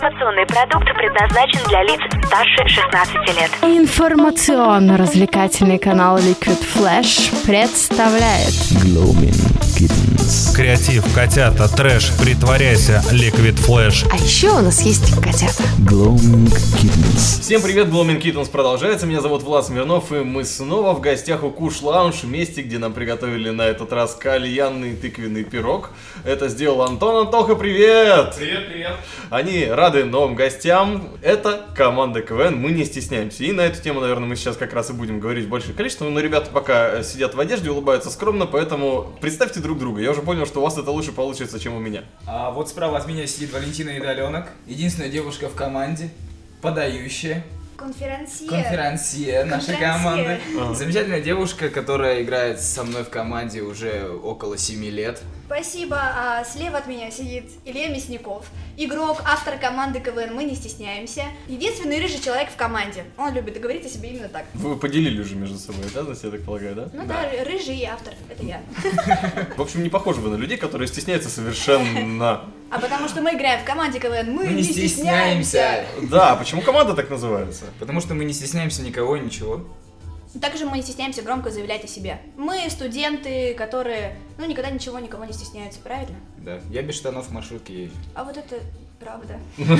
Информационный продукт предназначен для лиц старше 16 лет. Информационно-развлекательный канал Liquid Flash представляет Gloaming Kittens. Креатив, котята, трэш, притворяйся, Liquid Flash. А еще у нас есть котята. Gloaming Kittens. Всем привет, Gloaming Kittens продолжается. Меня зовут Влад Смирнов, и мы снова в гостях у Куш Лаунж, месте, где нам приготовили на этот раз кальянный тыквенный пирог. Это сделал Антон. Антоха, привет! Привет, привет! Они рады новым гостям. Это команда КВН, мы не стесняемся. И на эту тему, наверное, мы сейчас как раз и будем говорить большее количество. Но ребята пока сидят в одежде, улыбаются скромно, поэтому представьте друг друга. Я уже понял, что у вас это лучше получится, чем у меня. А вот справа от меня сидит Валентина Недоленок, единственная девушка в команде, подающая. Конферансье нашей команды. Замечательная девушка, которая играет со мной в команде уже около 7 лет. Спасибо. А слева от меня сидит Илья Мясников, игрок, автор команды КВН «Мы не стесняемся». Единственный рыжий человек в команде. Он любит говорить о себе именно так. Вы поделили уже между собой, да, я так полагаю, да? Ну да, рыжий и автор, это я. В общем, не похожи вы на людей, которые стесняются совершенно. А потому что мы играем в команде КВН «Мы не стесняемся. Да, почему команда так называется? Потому что мы не стесняемся никого и ничего. Также мы не стесняемся громко заявлять о себе. Мы студенты, которые, никогда ничего, никого не стесняются, правильно? Да, я без штанов в маршрутке езжу. А вот это правда.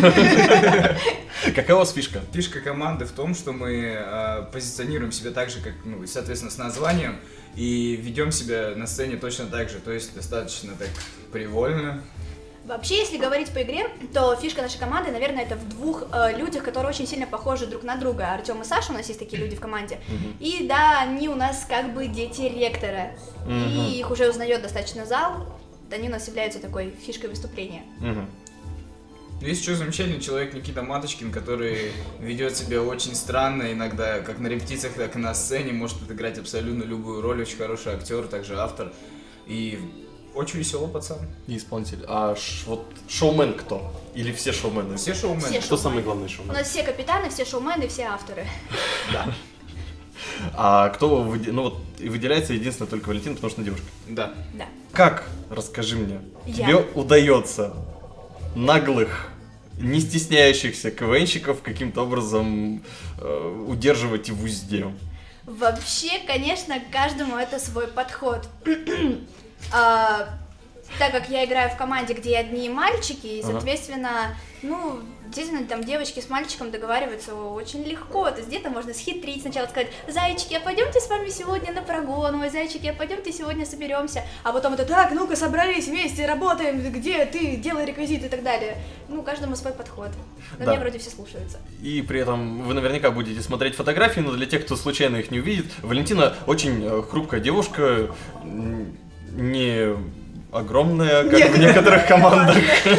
Какая у вас фишка? Фишка команды в том, что мы позиционируем себя так же, как, соответственно, с названием, и ведем себя на сцене точно так же, то есть достаточно так привольно. Вообще, если говорить по игре, то фишка нашей команды, наверное, это в двух людях, которые очень сильно похожи друг на друга. Артем и Саша, у нас есть такие люди в команде. И да, они у нас как бы дети ректора. И их уже узнает достаточно зал. Они у нас являются такой фишкой выступления. Есть еще замечательный человек Никита Маточкин, который ведет себя очень странно иногда, как на репетициях, так и на сцене, может отыграть абсолютно любую роль, очень хороший актер, также автор. И очень веселый пацан. И исполнитель. А вот шоумен кто? Или все шоумены? Все шоумены. Кто самый главный шоумен? У нас все капитаны, все шоумены, все авторы. Да. А кто выделяется единственно только Валентина, потому что она девушка? Да. Да. Как, расскажи мне, тебе удается наглых, не стесняющихся КВНщиков каким-то образом удерживать в узде? Вообще, конечно, каждому это свой подход. Так как я играю в команде, где одни мальчики, и, соответственно, действительно, там девочки с мальчиком договариваются очень легко. То есть где-то можно схитрить, сначала сказать: зайчики, а пойдемте с вами сегодня на прогон, ой, зайчики, а пойдемте сегодня соберемся. А потом это: так, ну-ка, собрались вместе, работаем, где ты, делай реквизит и так далее. Каждому свой подход. Но меня вроде все слушаются. И при этом вы наверняка будете смотреть фотографии, но для тех, кто случайно их не увидит, Валентина очень хрупкая девушка, не огромная, как в некоторых командах.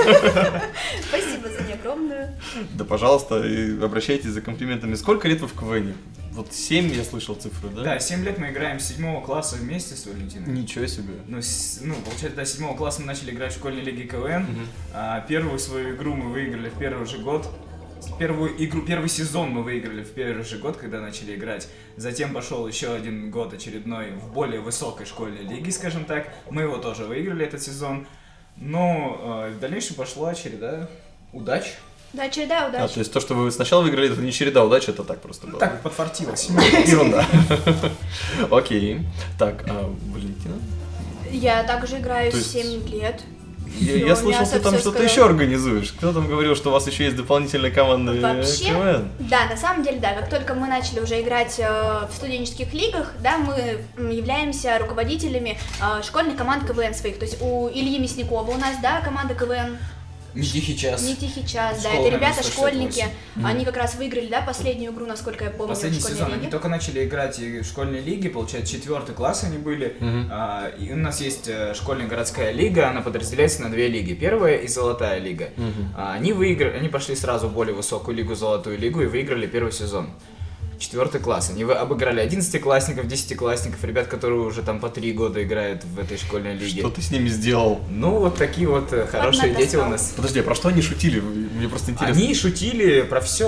Спасибо за неогромную. Да, пожалуйста, и обращайтесь за комплиментами. Сколько лет вы в КВНе? Вот 7 я слышал цифру, да? Да, 7 лет мы играем с 7 класса вместе с Валентиной. Ничего себе. Получается, до 7 класса мы начали играть в школьной лиге КВН. Первую свою игру мы выиграли в первый же год. Первый сезон мы выиграли в первый же год, когда начали играть. Затем пошел еще один год очередной в более высокой школьной лиге, скажем так. Мы его тоже выиграли, этот сезон. Но в дальнейшем пошла череда удач. Да, череда удач. То есть то, что вы сначала выиграли, это не череда удач, это так просто было? Так подфартилось. Ерунда. Окей. Так, Валентина? Я также играю 7 лет. Я слышал, ты там что-то еще организуешь. Кто там говорил, что у вас еще есть дополнительная команда КВН? Да, на самом деле, да. Как только мы начали уже играть в студенческих лигах, да, мы являемся руководителями школьных команд КВН своих. То есть у Ильи Мясникова у нас, да, команда КВН. Не тихий час. Не тихий час, да. Это ребята, школьники. Они как раз выиграли, да, последнюю игру, насколько я помню. Последний сезон. Они только начали играть в школьной лиге, получается, 4 класс они были. И у нас есть школьная городская лига, она подразделяется на 2 лиги. Первая и золотая лига. Они пошли сразу в более высокую лигу, золотую лигу, и выиграли первый сезон. 4 класс. Они обыграли 11-классников, 10-классников, ребят, которые уже там по 3 года играют в этой школьной лиге. Что ты с ними сделал? Вот такие вот хорошие дети у нас. Подожди, а про что они шутили? Мне просто интересно. Они шутили про все.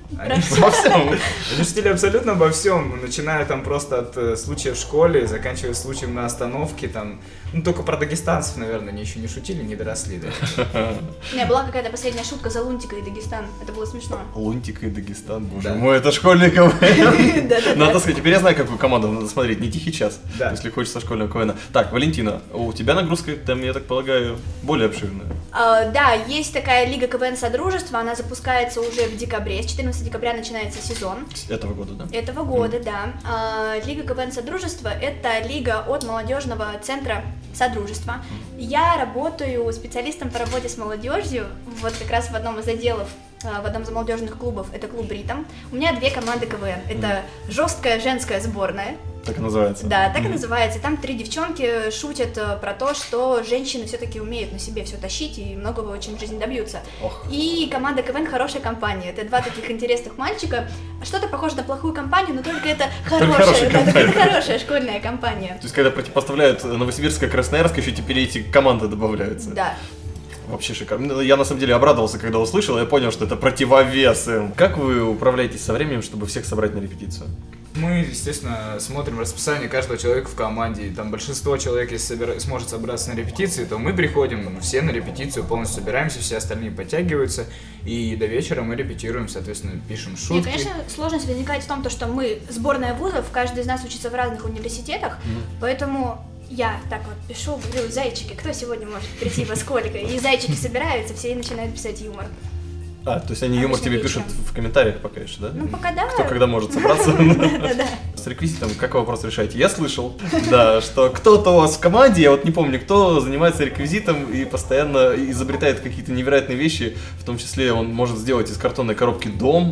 Они шутили абсолютно обо всем, начиная там просто от случаев в школе, заканчивая случаем на остановке, там, ну только про дагестанцев, наверное, они еще не шутили, не доросли, да. У меня была какая-то последняя шутка за Лунтика и Дагестан, это было смешно. Лунтик и Дагестан, боже мой, это школьный КВН. Надо сказать, теперь я знаю, какую команду надо смотреть, не «Тихий час», если хочется школьного КВН. Так, Валентина, у тебя нагрузка там, я так полагаю, более обширная. Да, есть такая Лига КВН Содружества, она запускается уже в декабре, с 14 декабря начинается сезон. Этого года, да? Этого года, да. Лига КВН Содружества — это лига от молодежного центра Содружества. Я работаю специалистом по работе с молодежью, вот как раз в одном из отделов, в одном из молодежных клубов, это клуб «Ритм». У меня 2 команды КВН, это жесткая женская сборная. Так и называется. Да, так и называется. Там 3 девчонки шутят про то, что женщины все-таки умеют на себе все тащить и многого очень в жизни добьются. И команда КВН «Хорошая компания». Это 2 таких интересных мальчика. Что-то похоже на плохую компанию, но только это хорошая школьная компания. То есть, когда противопоставляют Новосибирск и Красноярск, еще теперь эти команды добавляются. Да. Вообще шикарно. Я на самом деле обрадовался, когда услышал, я понял, что это противовес им. Как вы управляетесь со временем, чтобы всех собрать на репетицию? Мы, естественно, смотрим расписание каждого человека в команде. Там большинство человек, если сможет собраться на репетиции, то мы приходим все на репетицию, полностью собираемся, все остальные подтягиваются. И до вечера мы репетируем, соответственно, пишем шутки. Нет, конечно, сложность возникает в том, что мы сборная вузов, каждый из нас учится в разных университетах, поэтому... Я так вот пишу, говорю: зайчики, кто сегодня может прийти во сколько? И зайчики собираются, все и начинают писать юмор. То есть они юмор тебе пишут в комментариях пока еще, да? Ну, пока да. Кто когда может собраться. Да. С реквизитом какой вопрос решаете? Я слышал, да, что кто-то у вас в команде, я вот не помню, кто занимается реквизитом и постоянно изобретает какие-то невероятные вещи, в том числе он может сделать из картонной коробки дом.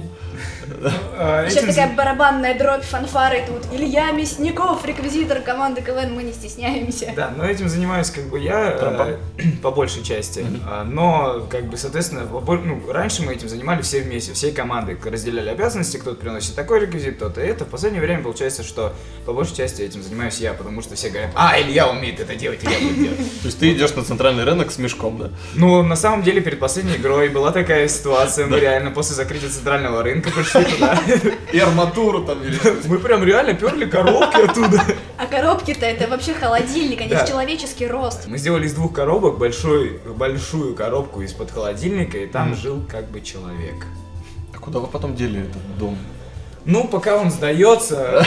Еще такая барабанная дробь, фанфары тут. Илья Мясников, реквизитор команды КВН, мы не стесняемся. Да, но этим занимаюсь как бы я по большей части. Но, как бы, соответственно, раньше мы этим занимались все вместе, всей командой разделяли обязанности, кто-то приносит такой реквизит, кто-то это. В последнее время получается, что по большей части этим занимаюсь я, потому что все говорят: Илья умеет это делать, Илья будет делать. То есть ты идешь на центральный рынок с мешком, да? Ну, на самом деле, перед последней игрой была такая ситуация, мы реально после закрытия центрального рынка пришли туда. И арматуру там вели. Мы прям реально перли коробки оттуда. А коробки-то это вообще холодильник, они в человеческий рост. Мы сделали из 2 коробок большую коробку из-под холодильника, и там жил как бы человек. А куда вы потом дели этот дом? Ну, пока он сдается,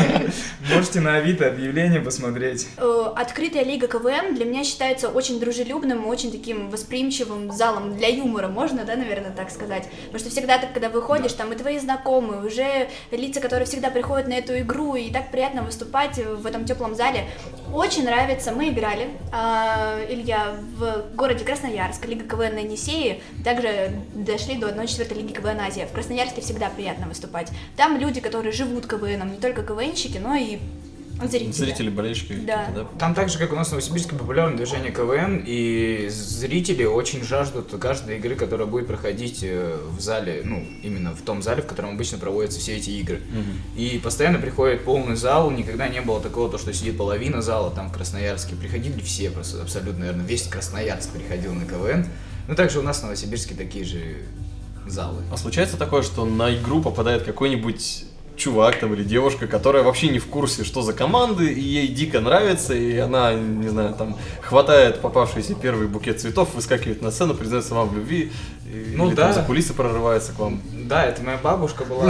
можете на Авито объявление посмотреть. Открытая лига КВН для меня считается очень дружелюбным, очень таким восприимчивым залом для юмора, можно, да, наверное, так сказать? Потому что всегда, когда выходишь, там и твои знакомые, уже лица, которые всегда приходят на эту игру, и так приятно выступать в этом теплом зале. Очень нравится, мы играли, Илья, в городе Красноярск, лига КВН на Енисее, также дошли до 1/4 лиги КВН Азия. В Красноярске всегда приятно выступать. Там люди, которые живут КВНом, не только КВНщики, но и зрители, болельщики. Да. Там так же, как у нас в Новосибирске, популярное движение КВН, и зрители очень жаждут каждой игры, которая будет проходить в зале, ну, именно в том зале, в котором обычно проводятся все эти игры. И постоянно приходит полный зал, никогда не было такого, что сидит половина зала там в Красноярске. Приходили все, просто абсолютно, наверное, весь Красноярск приходил на КВН. Но также у нас в Новосибирске такие же залы. А случается такое, что на игру попадает какой-нибудь чувак там или девушка, которая вообще не в курсе, что за команды, и ей дико нравится, и она, не знаю, там, хватает попавшийся первый букет цветов, выскакивает на сцену, признается вам в любви, или там за кулисы прорывается к вам. Да, это моя бабушка была.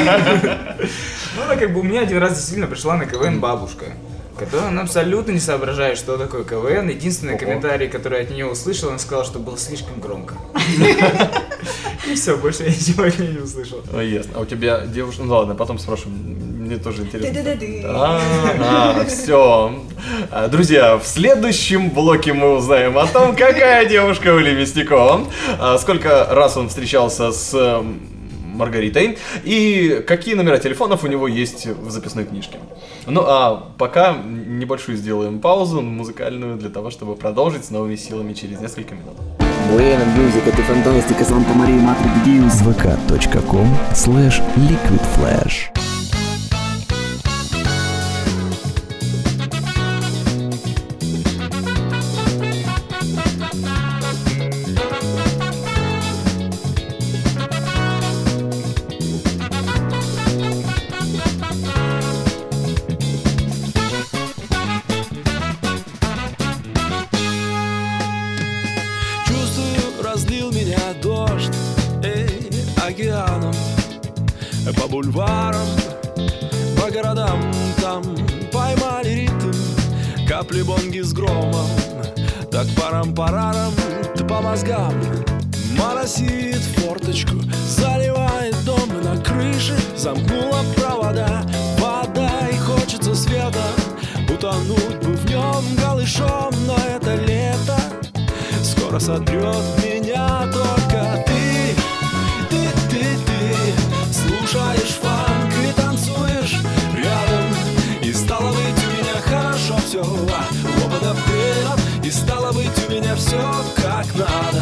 Ну, она как бы у меня один раз действительно пришла на КВН бабушка, которая она абсолютно не соображает, что такое КВН. Единственный комментарий, который я от нее услышал, она сказала, что было слишком громко. И все, больше я ничего от нее не услышал. Ясно. А у тебя девушка... Ну ладно, потом спрошу. Мне тоже интересно. Все. Друзья, в следующем блоке мы узнаем о том, какая девушка у Ильи Мясникова, сколько раз он встречался с Маргаритой и какие номера телефонов у него есть в записной книжке. Ну а пока небольшую сделаем паузу музыкальную для того, чтобы продолжить с новыми силами через несколько минут. Buena Music — это фантастика с Лампа Марии Матрик Дьюз. vk.com/liquidflash. океанам, по бульварам, по городам. Там поймали ритм капли бонги с громом. Так парам-парарам, по мозгам моросит форточку, заливает дом и на крыше замкнула провода. Вода и хочется света, утонуть бы в нем голышом. Но это лето скоро сотрет меня. Только ты слушаешь фанк и танцуешь рядом. И стало быть у меня хорошо все, опыта вперед. И стало быть у меня все как надо.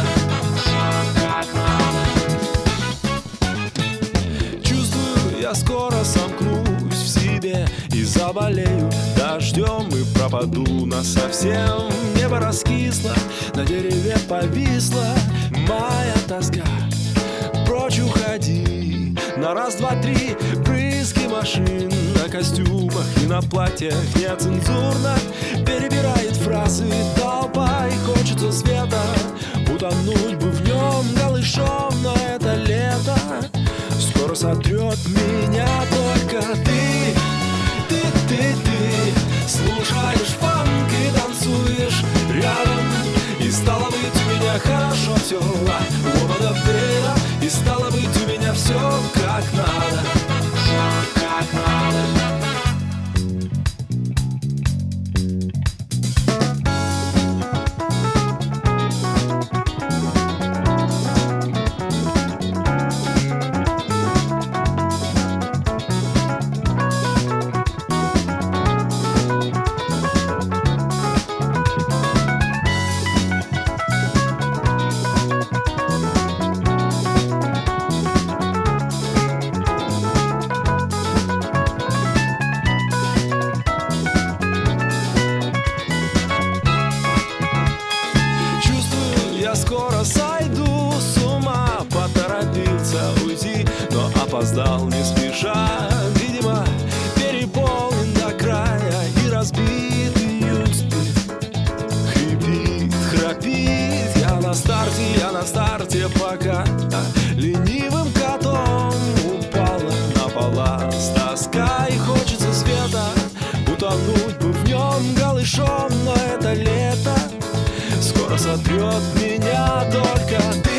Чувствую, я скоро сомкнусь в себе и заболею дождем и пропаду насовсем. Небо раскисло, на дереве повисла моя тоска. Прочь уходи, на раз, два, три брызги машин на костюмах и на платьях нецензурно перебирает фразы толпа. И хочется света, утонуть бы в нем голышом. Но это лето скоро сотрет меня. Только ты слушаешь фанк и танцуешь рядом. И стало быть у меня хорошо все, опыта вперед. И стало быть у меня все как надо. Все как надо. Опоздал не спеша, видимо, переполнен до края и разбит июнь спит. Хрипит, храпит, я на старте пока ленивым котом упала на палас тоска. И хочется света, утонуть бы в нем голышом. Но это лето скоро сотрет меня. Только ты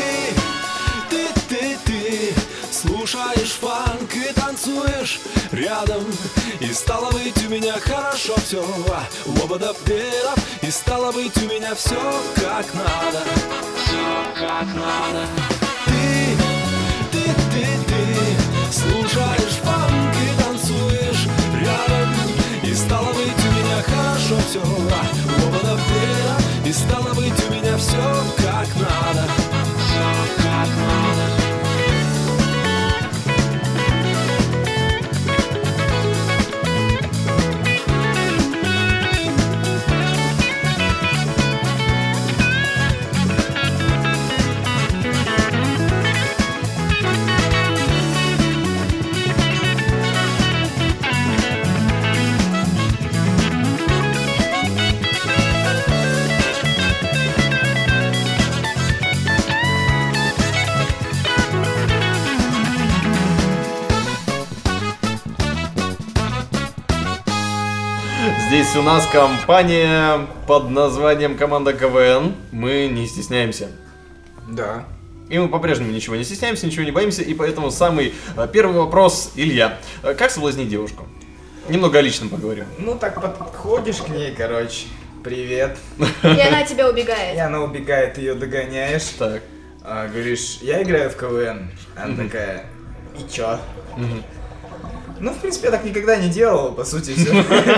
слушаешь фанк и танцуешь рядом. И стало быть у меня хорошо все, опыта вперед. И стало быть у меня все как надо. Все как надо. Ты слушаешь фанк и танцуешь рядом. И стало быть у меня хорошо все, опыта вперед. И стало быть у меня все как надо. Все как надо. Здесь у нас компания под названием «Команда КВН». Мы не стесняемся. Да. И мы по-прежнему ничего не стесняемся, ничего не боимся. И поэтому самый первый вопрос, Илья. Как соблазнить девушку? Немного о личном поговорим. Ну так подходишь к ней, короче. Привет. И она от тебя убегает. И она убегает, ты ее догоняешь. Так. Говоришь, я играю в КВН. Она такая, и чё? Ну, в принципе, я так никогда не делал, по сути, все.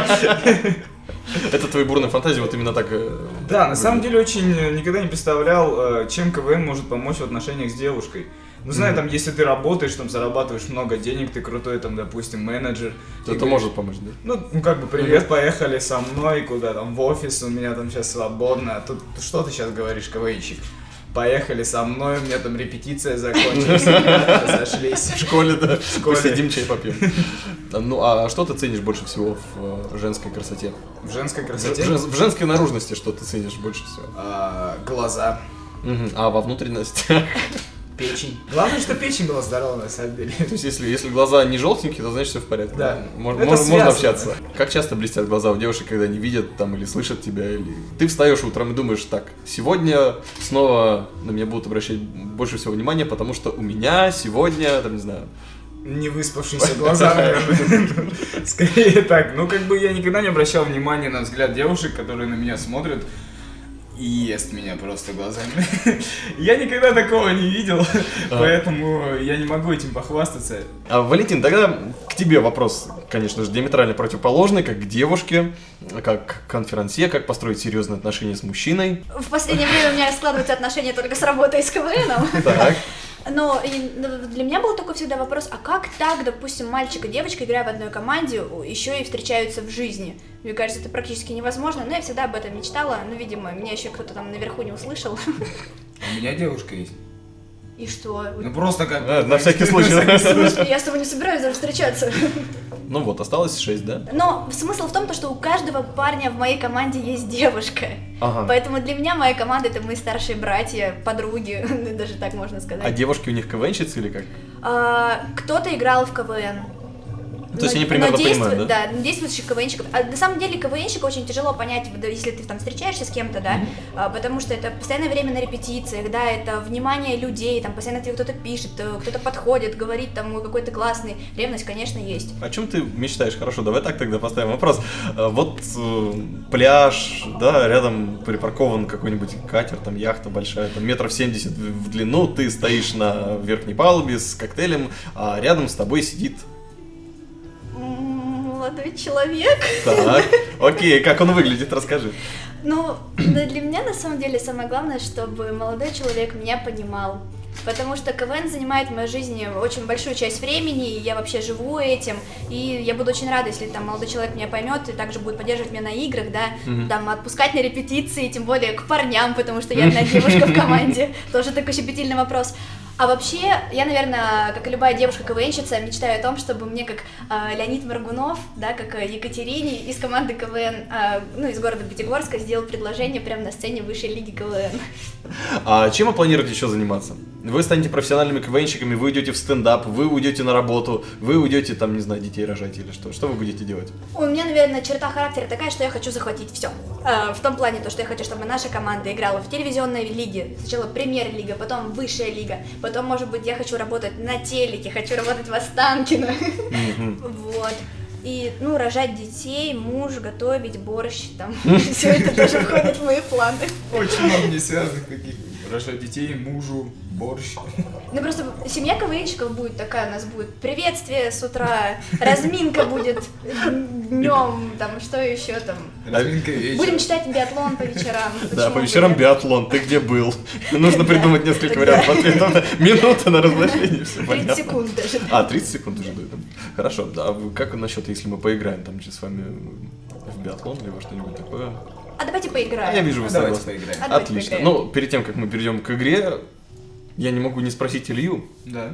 Это твои бурные фантазии, вот именно так. Да, на самом деле очень никогда не представлял, чем КВН может помочь в отношениях с девушкой. Ну, знаю, там, если ты работаешь, там, зарабатываешь много денег, ты крутой, там, допустим, менеджер. Это может помочь, да? Ну, как бы, привет, поехали со мной, куда там, в офис, у меня там сейчас свободно. А тут, что ты сейчас говоришь, КВНщик? Поехали со мной, у меня там репетиция закончилась, разошлись. В школе, да. В школе. Посидим, чай попьем. Ну, а что ты ценишь больше всего в женской красоте? В женской красоте? В женской наружности что ты ценишь больше всего? Глаза. А во внутренностях? Печень. Главное, что печень была здорова, на самом деле. То есть, если глаза не желтенькие, то значит все в порядке. Да. Можно общаться. Как часто блестят глаза у девушек, когда они видят там или слышат тебя, или ты встаешь утром и думаешь, так, сегодня снова на меня будут обращать больше всего внимания, потому что у меня сегодня, там, не знаю... Не выспавшиеся глаза, наверное. Скорее так. Ну, как бы я никогда не обращал внимания на взгляд девушек, которые на меня смотрят и ест меня просто глазами. Я никогда такого не видел, поэтому я не могу этим похвастаться. Валентин, тогда к тебе вопрос, конечно же, диаметрально противоположный, как к девушке, как к конферансье, как построить серьезные отношения с мужчиной. В последнее время у меня складываются отношения только с работой с КВНом. Так. Но для меня был такой всегда вопрос, а как так, допустим, мальчик и девочка, играя в одной команде, еще и встречаются в жизни? Мне кажется, это практически невозможно, но я всегда об этом мечтала, но, видимо, меня еще кто-то там наверху не услышал. У меня девушка есть. И что? Ну просто как... На всякий случай. Я с тобой не собираюсь даже встречаться. Ну вот, осталось 6, да? Но смысл в том, что у каждого парня в моей команде есть девушка. Ага. Поэтому для меня моя команда — это мои старшие братья, подруги, даже так можно сказать. А девушки у них КВНщицы или как? Кто-то играл в КВН. То есть они примерно понимают, да? Да, действующих КВНщиков. А на самом деле КВНщика очень тяжело понять, если ты там встречаешься с кем-то, да, потому что это постоянное время на репетициях, да, это внимание людей, там постоянно тебе кто-то пишет, кто-то подходит, говорит, там, ой, какой ты классный. Ревность, конечно, есть. О чем ты мечтаешь? Хорошо, давай так тогда поставим вопрос. Вот пляж, да, рядом припаркован какой-нибудь катер, там яхта большая, там 70 в длину, ты стоишь на верхней палубе с коктейлем, а рядом с тобой сидит... молодой человек. Так, окей, как он выглядит, расскажи. Ну, для меня на самом деле самое главное, чтобы молодой человек меня понимал. Потому что КВН занимает в моей жизни очень большую часть времени, и я вообще живу этим, и я буду очень рада, если там молодой человек меня поймет и также будет поддерживать меня на играх, да, там отпускать на репетиции, тем более к парням, потому что я одна девушка в команде, тоже такой щепетильный вопрос. А вообще, я, наверное, как и любая девушка-КВНщица, мечтаю о том, чтобы мне, как Леонид Моргунов, да, как Екатерине из команды КВН, ну, из города Пятигорска, сделал предложение прямо на сцене высшей лиги КВН. А чем вы планируете еще заниматься? Вы станете профессиональными КВНщиками, вы уйдете в стендап, вы уйдете на работу, вы уйдете, там, не знаю, детей рожать или что? Что вы будете делать? У меня, наверное, черта характера такая, что я хочу захватить все. В том плане, то, что я хочу, чтобы наша команда играла в телевизионной лиге. Сначала премьер-лига, потом высшая лига, потом, может быть, я хочу работать на телеке, хочу работать в Останкино. Вот. И, ну, рожать детей, муж, готовить, борщ, там, все это тоже входит в мои планы. Очень много несвязанных таких. Рожать детей, мужу, борщ. Ну, просто семья КВНщиков будет такая, у нас будет приветствие с утра, разминка будет днем, там, что еще там. Разминка вечером. Будем читать биатлон по вечерам. Да, по вечерам биатлон, ты где был? Нужно придумать несколько вариантов ответа. Минута на размышление, все понятно. 30 секунд даже. 30 секунд уже дают. Хорошо, а как насчет, если мы поиграем там с вами в биатлон, либо что-нибудь такое? А давайте поиграем. Я вижу, вы согласны. Отлично. Ну, перед тем, как мы перейдем к игре, я не могу не спросить Илью. Да.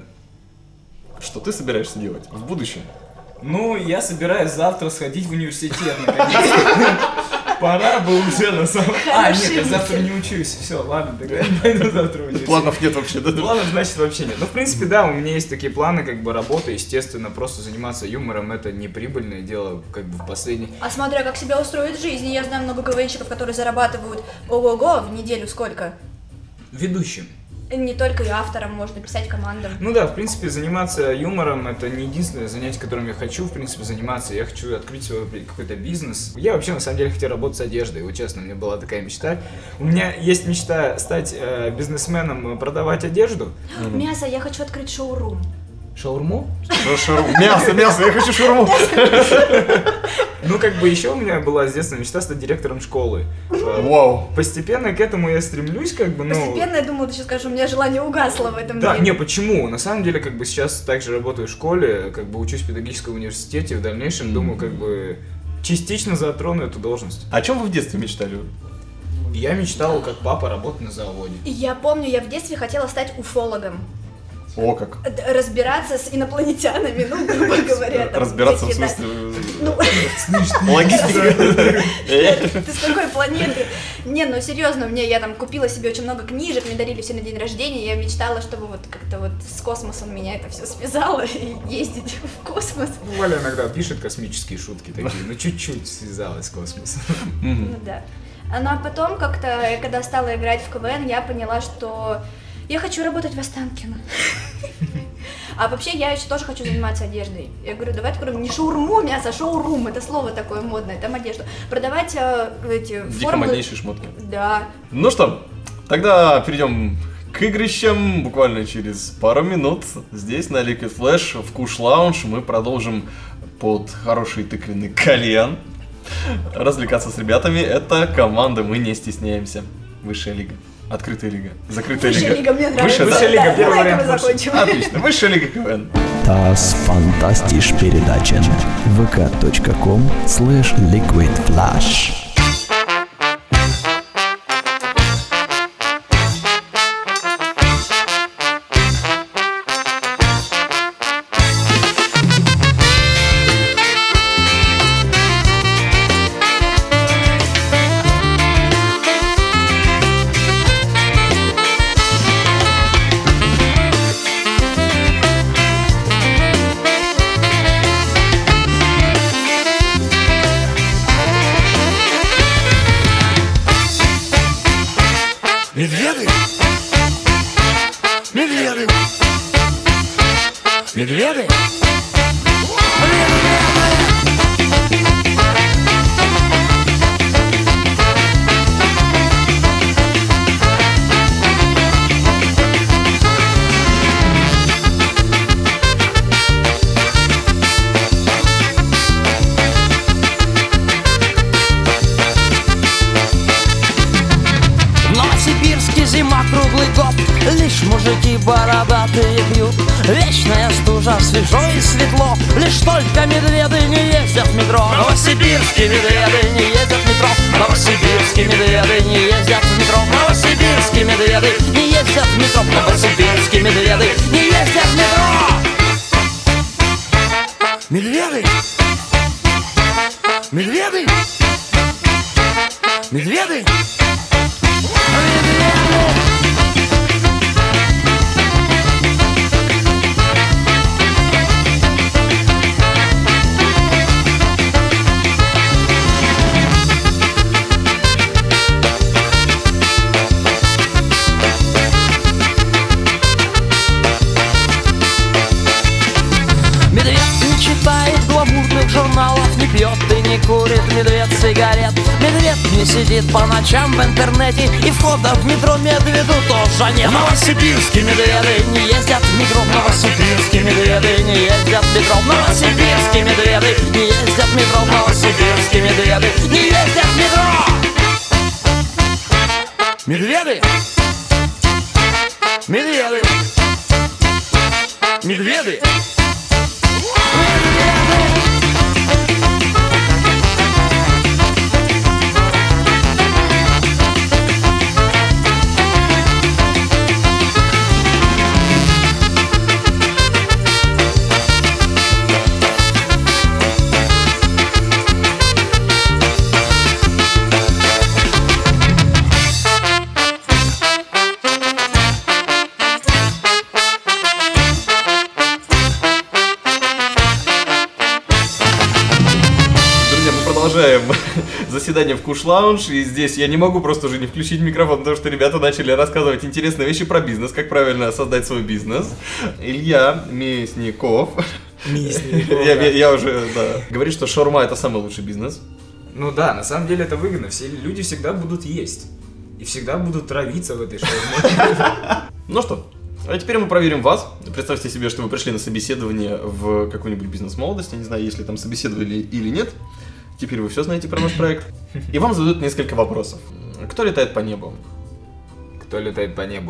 Что ты собираешься делать в будущем? Ну, я собираюсь завтра сходить в университет, наконец-то. Пора бы уже на самом... нет, я завтра не учусь. Все, ладно, тогда я пойду завтра в университет. Планов нет вообще, да? Планов, значит, вообще нет. Ну, в принципе, да, у меня есть такие планы, как бы работа, естественно, просто заниматься юмором, это не прибыльное дело, как бы в последний... А смотря как себя устроить в жизни, я знаю много КВНщиков, которые зарабатывают ого-го в неделю сколько? Ведущим. Не только и автором, можно писать командам. Ну да, в принципе, заниматься юмором — это не единственное занятие, которым я хочу, в принципе, заниматься. Я хочу открыть свой какой-то бизнес. Я вообще, на самом деле, хотел работать с одеждой, вот честно, у меня была такая мечта. У меня есть мечта стать бизнесменом, продавать одежду. Мясо, я хочу открыть шоурум. Шаурму? Мясо, я хочу шаурму. Ну, как бы еще у меня была с детства мечта стать директором школы. Вау. Постепенно к этому я стремлюсь, как бы, ну... Постепенно, я думала, ты сейчас скажешь, у меня желание угасло в этом Да, деле. не, почему? На самом деле, как бы, сейчас также работаю в школе, как бы, учусь в педагогическом университете, в дальнейшем, думаю, как бы, частично затрону эту должность. О чем вы в детстве мечтали? Я мечтал, как папа, работать на заводе. Я помню, я в детстве хотела стать уфологом. О, как. Разбираться с инопланетянами, ну, грубо говоря. Там, Разбираться в какие-то- смысле... Логистика. Ты с какой планеты? Не, ну серьезно, я там купила себе очень много книжек, мне дарили все на день рождения, я мечтала, чтобы вот как-то вот с космосом меня это все связало, и ездить в космос. Ну, Валя иногда пишет космические шутки такие, ну чуть-чуть связалась с космосом. Ну да. Ну а потом как-то, когда стала играть в КВН, я поняла, что я хочу работать в Останкино. А вообще я еще тоже хочу заниматься одеждой. Я говорю, давайте откроем не шаурму мясо, а шоурум, это слово такое модное, там одежду. Продавать эти Дико формы... моднейшие шмотки. Да. Ну что, тогда перейдем к игрищам. Буквально через пару минут здесь на Liquid Flash в Kush Lounge мы продолжим под хороший тыквенный кальян развлекаться с ребятами. Это команда «Мы не стесняемся». Высшая лига. Открытая лига. Закрытая Высшая лига. лига мне нравится. Высшая лига, первый давай вариант мы лучше. закончим. Отлично. Высшая лига КВН. Das fantastisch передача. vk.com/liquidflash. Медведы! Медведы! Медведы! В Новосибирске зима круглый год, лишь мужики бородатые пьют. Вечная стужа, свежо и светло, лишь только медведы не ездят в метро. Новосибирские медведы не ездят в метро. Новосибирские медведы не ездят в метро. Новосибирские медведы не ездят в метро. Новосибирские медведы не ездят в метро. Медведы! Медведы! Медведы! Медведь не читает гламурных журналов, не пьет и не курит медведь сигарет. Медведь не сидит по ночам в интернете, и входа в метро медведу тоже нет. Новосибирские медведы не ездят в метро. Новосибирские медведы не ездят в метро. Новосибирские медведы не ездят в метро. Новосибирские медведы не ездят в метро. Медведы! Медведы! Медведы! Продолжаем заседание в Kush Lounge, и здесь я не могу просто уже не включить микрофон, потому что ребята начали рассказывать интересные вещи про бизнес, как правильно создать свой бизнес. Илья Мясников, я уже, да, говорит, что шаурма — это самый лучший бизнес. Ну да, на самом деле это выгодно, все люди всегда будут есть. И всегда будут травиться в этой шаурме. Ну что, а теперь мы проверим вас. Представьте себе, что вы пришли на собеседование в какую-нибудь бизнес-молодость, я не знаю, если там собеседовали или нет. Теперь вы все знаете про наш проект. И вам зададут несколько вопросов. Кто летает по небу? Кто летает по небу?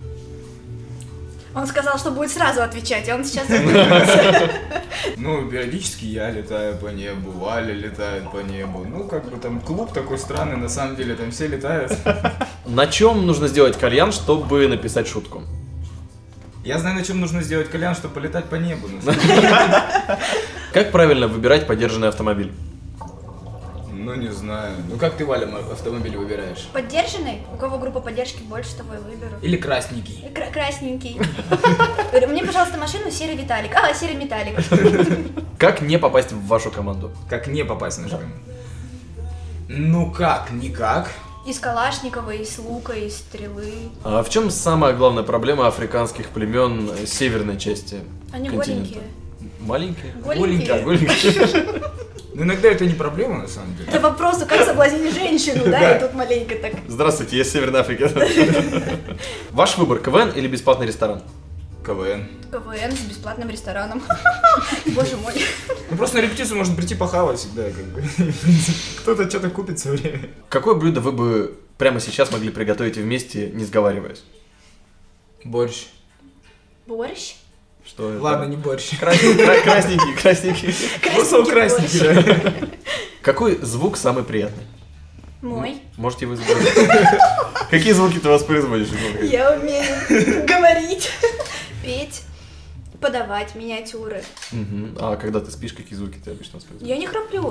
Он сказал, что будет сразу отвечать, а он сейчас задумывается. Ну, периодически я летаю по небу, Валя летает по небу. Ну, как бы там клуб такой странный, на самом деле там все летают. На чем нужно сделать кальян, чтобы написать шутку? Я знаю, на чем нужно сделать кальян, чтобы полетать по небу. Как правильно выбирать подержанный автомобиль? Ну, не знаю. Ну, как ты, Валя, автомобиль выбираешь? Поддержанный? У кого группа поддержки больше, того и выберу. Или красненький? Красненький. Мне, пожалуйста, машину серый Виталик. Серый Металлик. Как не попасть в вашу команду? Как не попасть в нашу команду? Ну как, никак. Из Калашникова, из лука, из стрелы. А в чем самая главная проблема африканских племен северной части Они континента? голенькие. Маленькие? Голенькие. Ну, иногда это не проблема, на самом деле. Это вопрос, как соблазнить женщину, да, и тут маленько так. Здравствуйте, я из Северной Африки. Ваш выбор, КВН или бесплатный ресторан? КВН. КВН с бесплатным рестораном. Боже мой. Ну, просто на репетицию можно прийти похавать всегда, как бы. Кто-то что-то купит все время. Какое блюдо вы бы прямо сейчас могли приготовить вместе, не сговариваясь? Борщ. Борщ? Что это? Ладно, не борщ. Красненький. Кусок красненький, да. Какой звук самый приятный? Мой. Можете вы изобразить? Какие звуки ты воспроизводишь? Я умею говорить, петь, подавать миниатюры. А когда ты спишь, какие звуки ты обычно воспроизводишь? Я не храплю.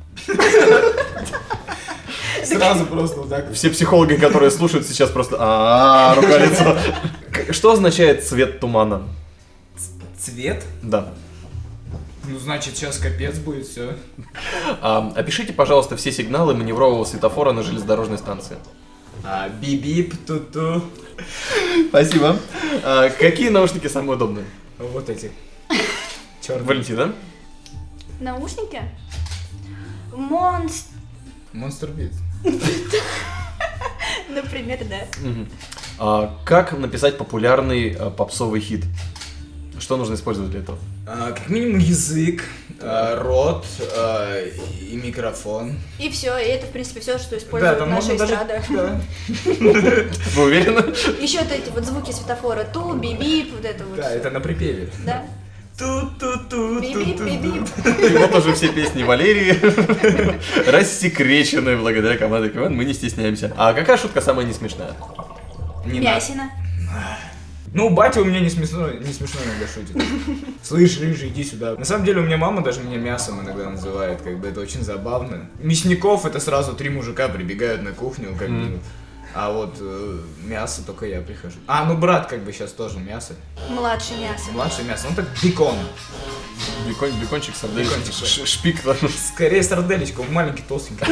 Сразу просто вот так. Все психологи, которые слушают сейчас, просто рука-лицо. Что означает цвет тумана? Цвет? Да. Ну, значит, сейчас капец будет, все. Опишите, пожалуйста, все сигналы маневрового светофора на железнодорожной станции. Бип-бип, ту-ту. Спасибо. Какие наушники самые удобные? Вот эти. Черные. Валентина? Наушники? Монстр Бит. Например, да. Как написать популярный попсовый хит? Что нужно использовать для этого? Как минимум язык, рот и микрофон. И все, и это, в принципе, все, что использует наша эстрада. Вы уверены? Еще вот эти вот звуки светофора. Ту, бип-бип, вот это вот. Да, это на припеве. Да. Ту-ту-ту, бип-бип. И вот уже все песни Валерии рассекречены благодаря команде КВН, мы не стесняемся. А какая шутка самая не смешная? Мясина. Ну, батя у меня не смешно иногда шутит. Слышь, рыжий, иди сюда. На самом деле у меня мама даже меня мясом иногда называет, как бы это очень забавно. Мясников это сразу 3 мужика прибегают на кухню, как бы. А вот мясо только я прихожу. Ну брат как бы сейчас тоже мясо. Младший мясо. Младший мясо, он так бекон. Бекончик, сарделечка, шпик. Скорее сарделечка, он маленький, толстенький.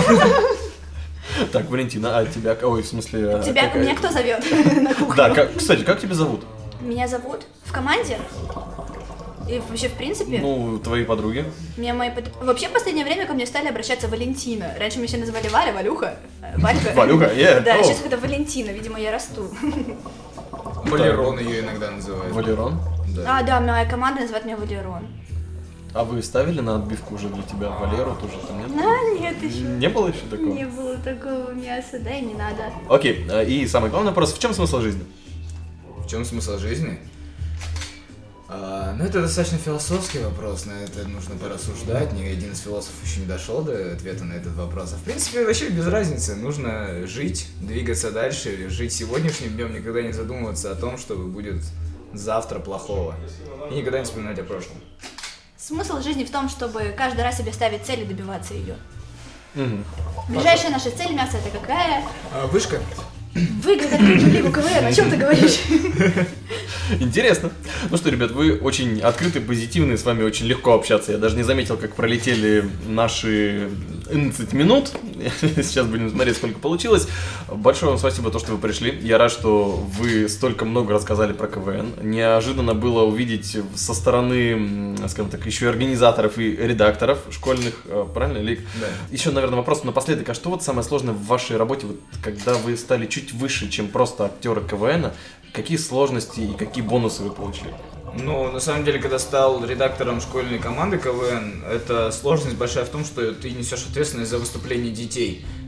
Так, Валентина, а тебя, ой, в смысле... Тебя меня кто зовет на кухню? Да, кстати, как тебя зовут? Меня зовут в команде? И вообще, в принципе... Ну, твои подруги. Вообще, в последнее время ко мне стали обращаться Валентина. Раньше меня все называли Валя, Валюха, Валька. Валюха, Да, сейчас это Валентина, видимо, я расту. Валерон ее иногда называют. Валерон? Да, моя команда называет меня Валерон. А вы ставили на отбивку уже для тебя Валеру тоже? Там нет? Нет еще. Не было еще такого? Не было такого мяса, да, и не надо. Окей, и самый главный вопрос, в чем смысл жизни? В чем смысл жизни? Ну, это достаточно философский вопрос, на это нужно порассуждать, ни один из философов еще не дошел до ответа на этот вопрос. А в принципе, вообще без разницы, нужно жить, двигаться дальше, жить сегодняшним днем, никогда не задумываться о том, что будет завтра плохого, и никогда не вспоминать о прошлом. Смысл жизни в том, чтобы каждый раз себе ставить цель и добиваться ее. Ближайшая наша цель мяса это какая? Вышка. Выиграть открытую лигу КВН, о чем ты говоришь? Интересно. Ну что, ребят, вы очень открытые, позитивные, с вами очень легко общаться. Я даже не заметил, как пролетели наши 11 минут. Сейчас будем смотреть, сколько получилось. Большое вам спасибо, то, что вы пришли. Я рад, что вы столько много рассказали про КВН. Неожиданно было увидеть со стороны, скажем так, еще и организаторов и редакторов школьных, правильно, лиг? Да. Еще, наверное, вопрос напоследок. А что вот самое сложное в вашей работе, вот, когда вы стали чуть выше, чем просто актеры КВН? Какие сложности и какие бонусы вы получили? Ну, на самом деле, когда стал редактором школьной команды КВН, это сложность большая в том, что ты несешь ответственность за выступление детей.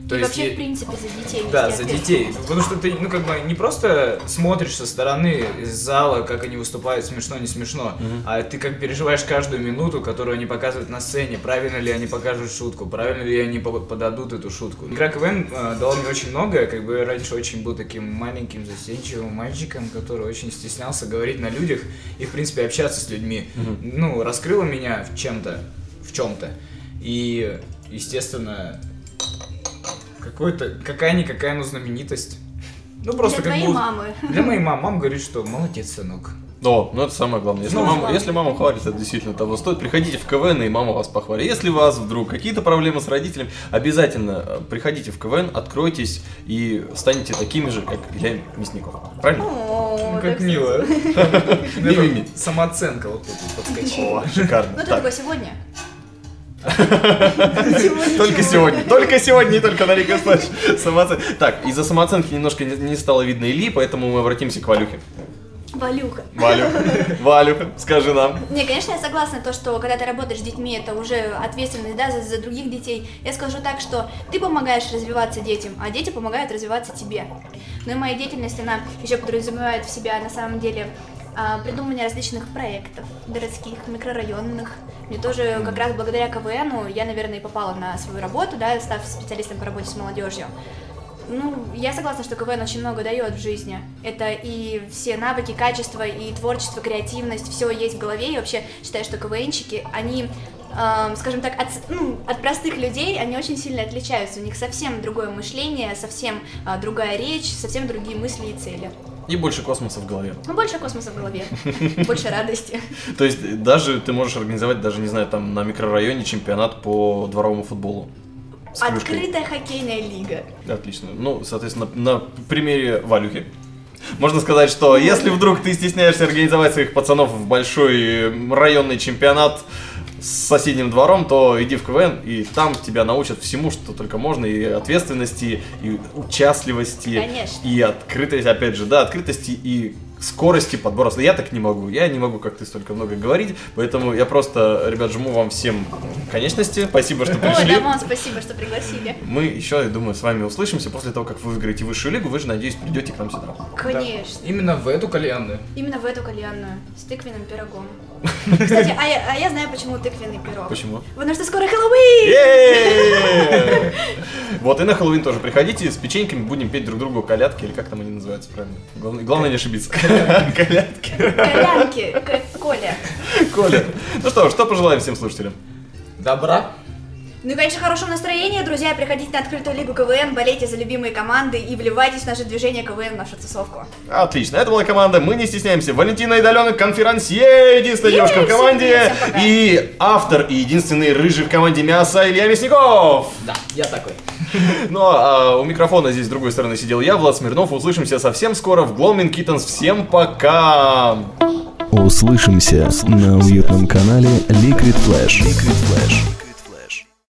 То и есть вообще, в принципе, за детей. Да, за детей. Потому что ты, не просто смотришь со стороны из зала, как они выступают, смешно, не смешно, а ты как переживаешь каждую минуту, которую они показывают на сцене, правильно ли они покажут шутку, правильно ли они подадут эту шутку. Игра КВН дала мне очень многое, я раньше очень был таким маленьким, застенчивым мальчиком, который очень стеснялся говорить на людях и, в принципе, общаться с людьми. Раскрыла меня в чем-то. И, естественно, какая-никакая, знаменитость. Просто для твоей мамы. Для моей мамы. Мама говорит, что молодец, сынок. Это самое главное. Если мама хвалит, это действительно того стоит. Приходите в КВН, и мама вас похвалит. Если у вас вдруг какие-то проблемы с родителями, обязательно приходите в КВН, откройтесь и станете такими же, как Илья Мясников. Правильно? Как мило. Самооценка вот тут подскочила. Шикарно. Это только сегодня. Только сегодня, не только на Liquid Flash. Так, из-за самооценки немножко не стало видно Ильи, поэтому мы обратимся к Валюхе. Валюха, скажи нам. Не, конечно, я согласна, что когда ты работаешь с детьми, это уже ответственность, за других детей. Я скажу так, что ты помогаешь развиваться детям, а дети помогают развиваться тебе. И моя деятельность, она еще подразумевает в себя, на самом деле, придумывание различных проектов городских, микрорайонных. Мне тоже как раз благодаря КВНу я, наверное, и попала на свою работу, став специалистом по работе с молодежью. Я согласна, что КВН очень много дает в жизни. Это и все навыки, качество, и творчество, креативность, все есть в голове. И вообще считаю, что КВНщики, они, скажем так, от простых людей, они очень сильно отличаются. У них совсем другое мышление, совсем другая речь, совсем другие мысли и цели. И больше космоса в голове. Больше космоса в голове, больше радости. То есть даже ты можешь организовать, на микрорайоне чемпионат по дворовому футболу. Открытая хоккейная лига. Отлично. Соответственно, на примере Валюхи можно сказать, что если вдруг ты стесняешься организовать своих пацанов в большой районный чемпионат с соседним двором, то иди в КВН, и там тебя научат всему, что только можно, и ответственности, и участливости, конечно, и открытости, опять же, открытости и скорости подбора. Я так не могу, как ты, столько много говорить, поэтому я просто, ребят, жму вам всем конечности, спасибо, что пришли. Да, вам спасибо, что пригласили. Мы еще, я думаю, с вами услышимся после того, как вы выиграете высшую лигу, вы же, надеюсь, придете к нам сюда. Конечно. Да. Именно в эту кальянную. С тыквенным пирогом. Кстати, а я знаю, почему тыквенный пирог. Почему? Потому что скоро Хэллоуин! Вот, и на Хэллоуин тоже приходите, с печеньками будем петь друг другу колядки, или как там они называются, правильно? Главное не ошибиться. Колядки. Колянки, Коля. Что пожелаем всем слушателям? Добра. И, конечно, хорошего настроения, друзья. Приходите на открытую лигу КВН, болейте за любимые команды и вливайтесь в наше движение КВН, в нашу тусовку. Отлично, это была команда «Мы не стесняемся». Валентина Идалёна, конферансье, единственная девушка в команде. И автор и единственный рыжий в команде мяса Илья Мясников. Да, я такой. А у микрофона здесь с другой стороны сидел я, Влад Смирнов. Услышимся совсем скоро в Gloaming Kittens. Всем пока! Услышимся на уютном канале Liquid Flash.